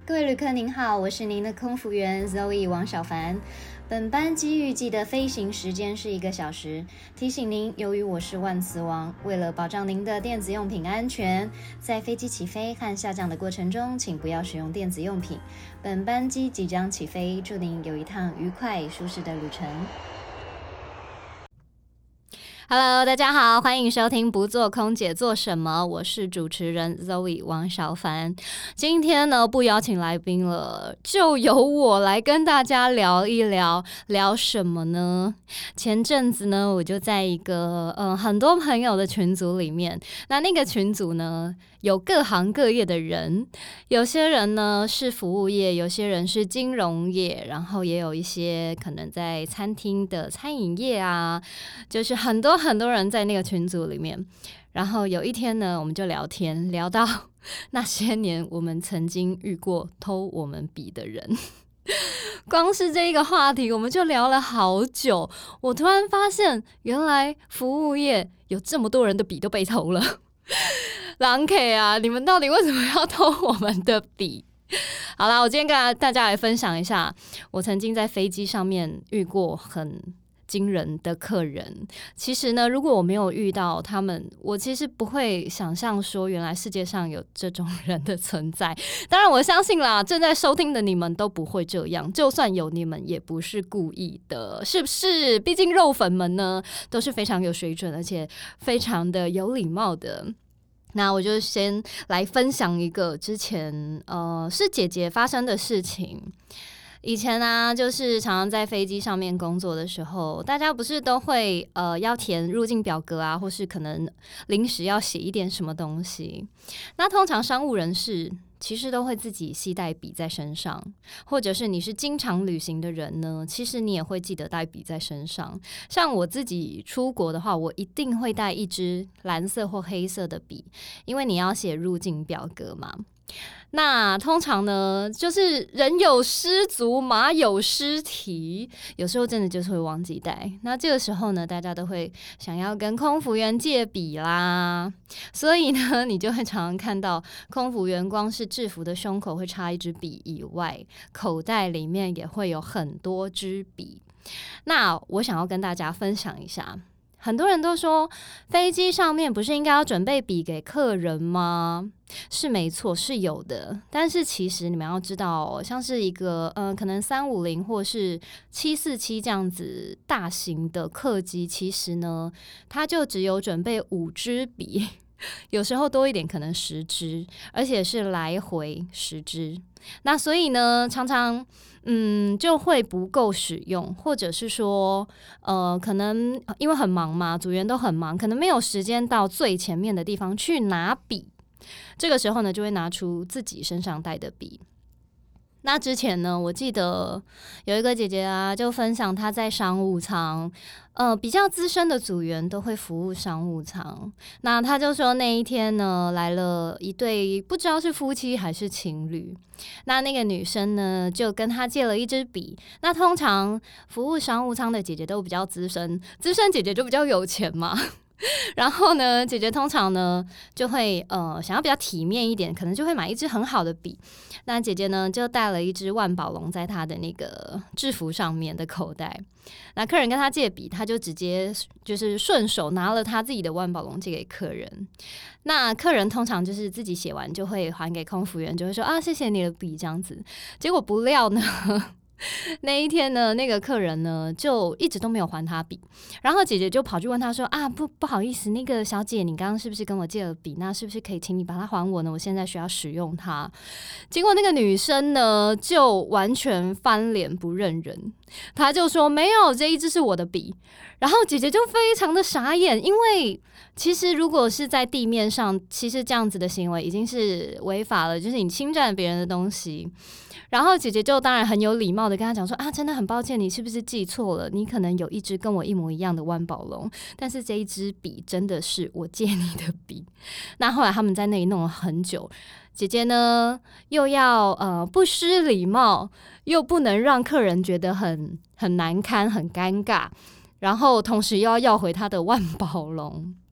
各位旅客您好，我是您的空服员 Zoe 王小凡。本班机预计的飞行时间是1个小时。提醒您，由于我是万磁王，为了保障您的电子用品安全，在飞机起飞和下降的过程中，请不要使用电子用品。本班机即将起飞，祝您有一趟愉快舒适的旅程。Hello， 大家好，欢迎收听不做空姐做什么，我是主持人 Zoe 王小凡。今天呢，不邀请来宾了，就由我来跟大家聊一聊，聊什么呢？前阵子呢，我就在一个很多朋友的群组里面，那个群组呢，有各行各业的人，有些人呢是服务业，有些人是金融业，然后也有一些可能在餐厅的餐饮业啊，就是很多人在那个群组里面。然后有一天呢，我们就聊天，聊到那些年我们曾经遇过偷我们笔的人。光是这一个话题我们就聊了好久，我突然发现原来服务业有这么多人的笔都被偷了。狼 K 啊，你们到底为什么要偷我们的笔？好啦，我今天跟大家来分享一下，我曾经在飞机上面遇过很惊人的客人。其实呢，如果我没有遇到他们，我其实不会想象说原来世界上有这种人的存在。当然我相信啦，正在收听的你们都不会这样，就算有，你们也不是故意的，是不是？毕竟肉粉们呢都是非常有水准，而且非常的有礼貌的。那我就先来分享一个之前是姐姐发生的事情。以前啊，就是常常在飞机上面工作的时候，大家不是都会要填入境表格啊，或是可能临时要写一点什么东西。那通常商务人士其实都会自己携带笔在身上，或者是你是经常旅行的人呢，其实你也会记得带笔在身上。像我自己出国的话，我一定会带一支蓝色或黑色的笔，因为你要写入境表格嘛。那通常呢，就是人有失足，马有失蹄，有时候真的就是会忘记带。那这个时候呢，大家都会想要跟空服员借笔啦，所以呢，你就会常常看到空服员光是制服的胸口会插一支笔以外，口袋里面也会有很多支笔。那我想要跟大家分享一下。很多人都说飞机上面不是应该要准备笔给客人吗？是没错，是有的。但是其实你们要知道像是一个可能350或是747这样子大型的客机，其实呢它就只有准备5支笔，有时候多一点可能10支，而且是来回10支。那所以呢常常就会不够使用，或者是说可能因为很忙嘛，组员都很忙，可能没有时间到最前面的地方去拿笔，这个时候呢就会拿出自己身上带的笔。那之前呢，我记得有一个姐姐啊，就分享她在商务舱，比较资深的组员都会服务商务舱。那她就说那一天呢，来了一对不知道是夫妻还是情侣。那个女生呢，就跟她借了一支笔。那通常服务商务舱的姐姐都比较资深，资深姐姐就比较有钱嘛。然后呢，姐姐通常呢就会想要比较体面一点，可能就会买一支很好的笔。那姐姐呢就带了一支万宝龙在她的那个制服上面的口袋。那客人跟她借笔，她就直接就是顺手拿了她自己的万宝龙借给客人。那客人通常就是自己写完就会还给空服员，就会说啊谢谢你的笔这样子。结果不料呢那一天呢，那个客人呢就一直都没有还他笔，然后姐姐就跑去问他说啊不好意思，那个小姐你刚刚是不是跟我借了笔？那是不是可以请你把它还我呢？我现在需要使用它。结果那个女生呢就完全翻脸不认人，她就说没有，这一支是我的笔。然后姐姐就非常的傻眼，因为其实如果是在地面上，其实这样子的行为已经是违法了，就是你侵占别人的东西。然后姐姐就当然很有礼貌的跟他讲说啊，真的很抱歉，你是不是记错了？你可能有一支跟我一模一样的万宝龙，但是这一支笔真的是我借你的笔。那后来他们在那里弄了很久，姐姐呢又要不失礼貌，又不能让客人觉得很难堪、很尴尬，然后同时又要回他的万宝龙。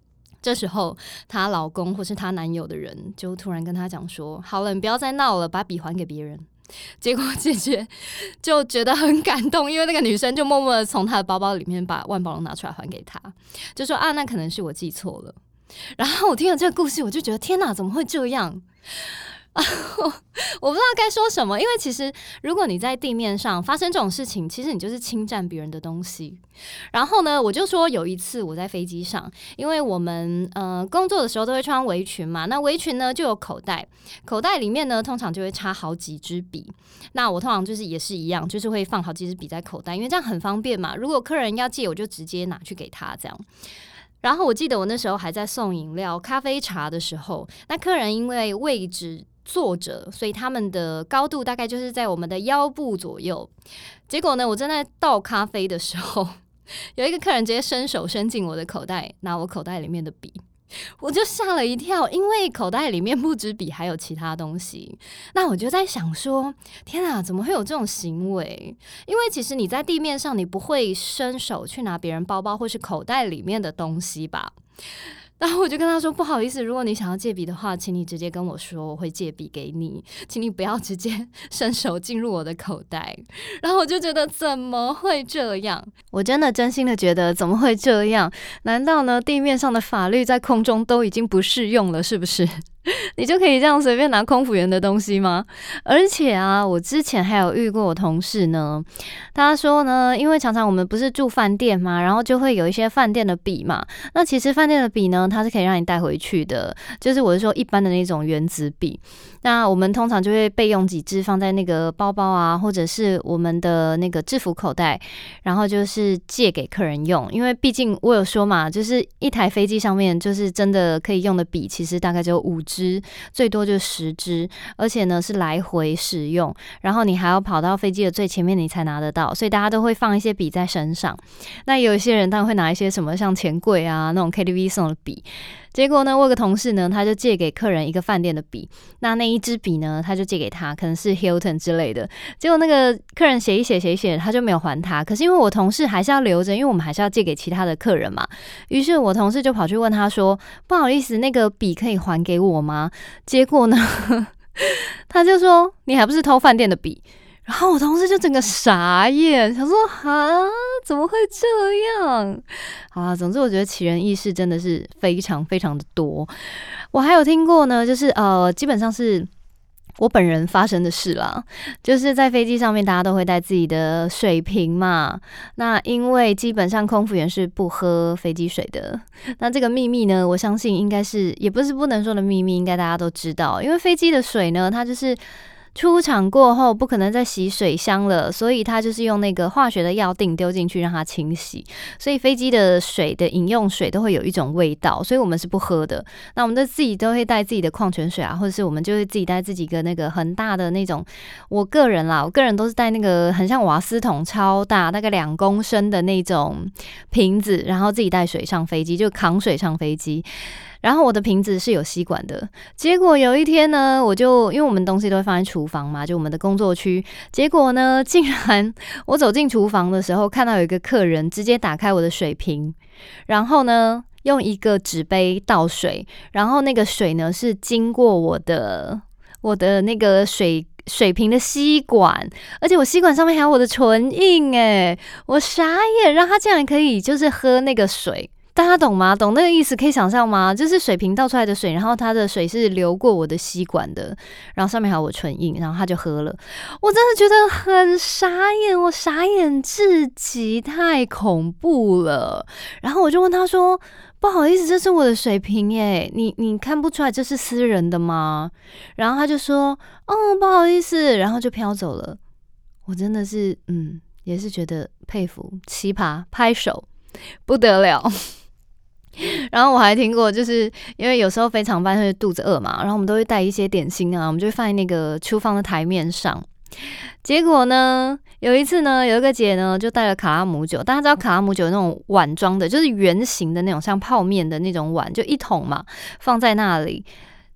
这时候她老公或是她男友的人就突然跟她讲说，好了，你不要再闹了，把笔还给别人。结果姐姐就觉得很感动，因为那个女生就默默的从她的包包里面把万宝龙拿出来还给她，就说那可能是我记错了。然后我听了这个故事，我就觉得天哪，怎么会这样？我不知道该说什么，因为其实如果你在地面上发生这种事情，其实你就是侵占别人的东西。然后呢，我就说有一次我在飞机上，因为我们工作的时候都会穿围裙嘛，那围裙呢就有口袋，口袋里面呢通常就会插好几支笔。那我通常就是也是一样，就是会放好几支笔在口袋，因为这样很方便嘛。如果客人要借，我就直接拿去给他这样。然后我记得我那时候还在送饮料、咖啡、茶的时候，那客人因为位置坐着，所以他们的高度大概就是在我们的腰部左右。结果呢，我正在倒咖啡的时候，有一个客人直接伸手伸进我的口袋，拿我口袋里面的笔。我就吓了一跳，因为口袋里面不止笔，还有其他东西。那我就在想说，天啊，怎么会有这种行为？因为其实你在地面上，你不会伸手去拿别人包包或是口袋里面的东西吧？然后我就跟他说，不好意思，如果你想要借笔的话，请你直接跟我说，我会借笔给你，请你不要直接伸手进入我的口袋。然后我就觉得怎么会这样？我真心的觉得怎么会这样？难道呢地面上的法律在空中都已经不适用了，是不是？你就可以这样随便拿空服员的东西吗？而且啊，我之前还有遇过我同事呢，他说呢，因为常常我们不是住饭店嘛，然后就会有一些饭店的笔嘛，那其实饭店的笔呢，它是可以让你带回去的，就是我是说一般的那种原子笔。那我们通常就会备用几支放在那个包包啊，或者是我们的那个制服口袋，然后就是借给客人用。因为毕竟我有说嘛，就是一台飞机上面就是真的可以用的笔，其实大概只有5支，最多就10支，而且呢是来回使用，然后你还要跑到飞机的最前面你才拿得到，所以大家都会放一些笔在身上。那有一些人当然会拿一些什么像钱柜啊那种 KTV 送的笔。结果呢，我有个同事呢，他就借给客人一个饭店的笔，那一支笔呢，他就借给他，可能是 Hilton 之类的。结果那个客人写一写，他就没有还他。可是因为我同事还是要留着，因为我们还是要借给其他的客人嘛。于是我同事就跑去问他说：“不好意思，那个笔可以还给我吗？”结果呢，他就说：“你还不是偷饭店的笔？”然后我同事就整个傻眼，想说怎么会这样？好啦，总之我觉得奇人异事真的是非常非常的多。我还有听过呢，就是基本上是我本人发生的事啦，就是在飞机上面大家都会带自己的水瓶嘛，那因为基本上空服员是不喝飞机水的，那这个秘密呢，我相信应该是也不是不能说的秘密，应该大家都知道，因为飞机的水呢，它就是出厂过后不可能再洗水箱了，所以它就是用那个化学的药锭丢进去让它清洗，所以飞机的水的饮用水都会有一种味道，所以我们是不喝的。那我们自己都会带自己的矿泉水啊，或者是我们就会自己带自己个那个很大的那种，我个人都是带那个很像瓦斯桶超大，大概2公升的那种瓶子，然后自己带水上飞机，就扛水上飞机。然后我的瓶子是有吸管的，结果有一天呢，我就因为我们东西都会放在厨房嘛，就我们的工作区，结果呢，竟然我走进厨房的时候，看到有一个客人直接打开我的水瓶，然后呢，用一个纸杯倒水，然后那个水呢是经过我的那个水瓶的吸管，而且我吸管上面还有我的唇印耶，我傻眼，让他竟然可以就是喝那个水。大家懂吗？懂那个意思可以想象吗？就是水瓶倒出来的水，然后它的水是流过我的吸管的，然后上面还有我唇印，然后他就喝了。我真的觉得很傻眼，我傻眼至极，太恐怖了。然后我就问他说：“不好意思，这是我的水瓶耶，你看不出来这是私人的吗？”然后他就说：“哦，不好意思。”然后就飘走了。我真的是也是觉得佩服，奇葩，拍手，不得了。然后我还听过，就是因为有时候飞长班会肚子饿嘛，然后我们都会带一些点心啊，我们就会放在那个厨房的台面上。结果呢，有一次呢，有一个姐呢就带了卡拉姆酒，大家知道卡拉姆酒那种碗装的，就是圆形的那种像泡面的那种碗，就1桶嘛，放在那里。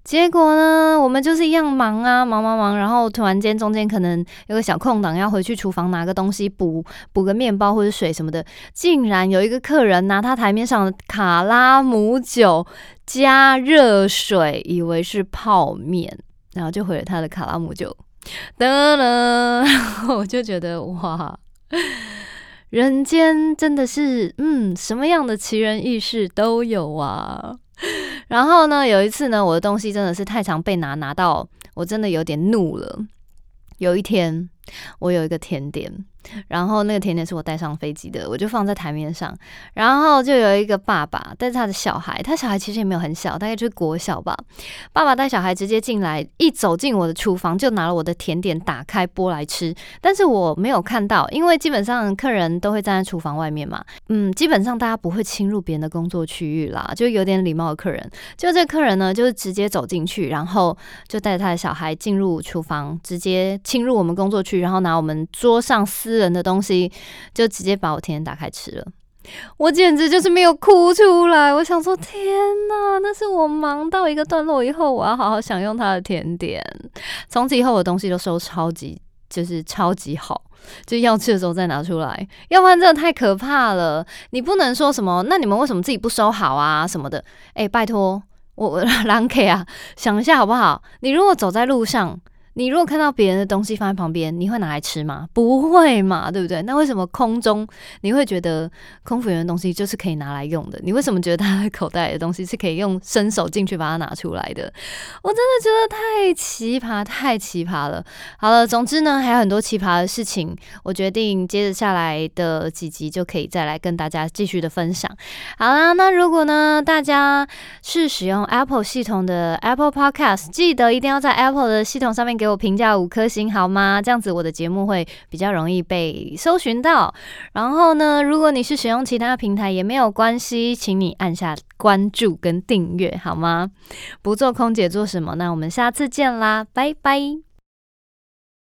结果呢，我们就是一样忙啊，忙，然后突然间中间可能有个小空档，要回去厨房拿个东西补个面包或者水什么的，竟然有一个客人拿他台面上的卡拉姆酒加热水，以为是泡面，然后就毁了他的卡拉姆酒。噔噔，我就觉得哇，人间真的是什么样的奇人异事都有啊。然后呢，有一次呢，我的东西真的是太常被拿到，我真的有点怒了。有一天，我有一个甜点，然后那个甜点是我带上飞机的，我就放在台面上，然后就有一个爸爸带着他的小孩，他小孩其实也没有很小，大概就是国小吧。爸爸带小孩直接进来，一走进我的厨房就拿了我的甜点打开剥来吃，但是我没有看到，因为基本上客人都会站在厨房外面嘛，基本上大家不会侵入别人的工作区域啦，就有点礼貌的客人。就这个客人呢，就是直接走进去，然后就带着他的小孩进入厨房，直接侵入我们工作区，然后拿我们桌上私人的东西，就直接把我甜点打开吃了。我简直就是没有哭出来，我想说天哪，那是我忙到一个段落以后，我要好好享用他的甜点。从此以后我的东西都收超级好，就要吃的时候再拿出来，要不然真的太可怕了。你不能说什么，那你们为什么自己不收好啊什么的？拜托我狼 K 啊，想一下好不好？你如果走在路上，你如果看到别人的东西放在旁边，你会拿来吃吗？不会嘛，对不对？那为什么空中你会觉得空服员的东西就是可以拿来用的？你为什么觉得他的口袋的东西是可以用伸手进去把它拿出来的？我真的觉得太奇葩了。好了，总之呢，还有很多奇葩的事情，我决定接着下来的几集就可以再来跟大家继续的分享。好啦，那如果呢大家是使用 Apple 系统的 Apple Podcast， 记得一定要在 Apple 的系统上面给我评价5颗星好吗？这样子我的节目会比较容易被搜寻到。然后呢，如果你是使用其他平台也没有关系，请你按下关注跟订阅好吗？不做空姐做什么？那我们下次见啦，拜拜。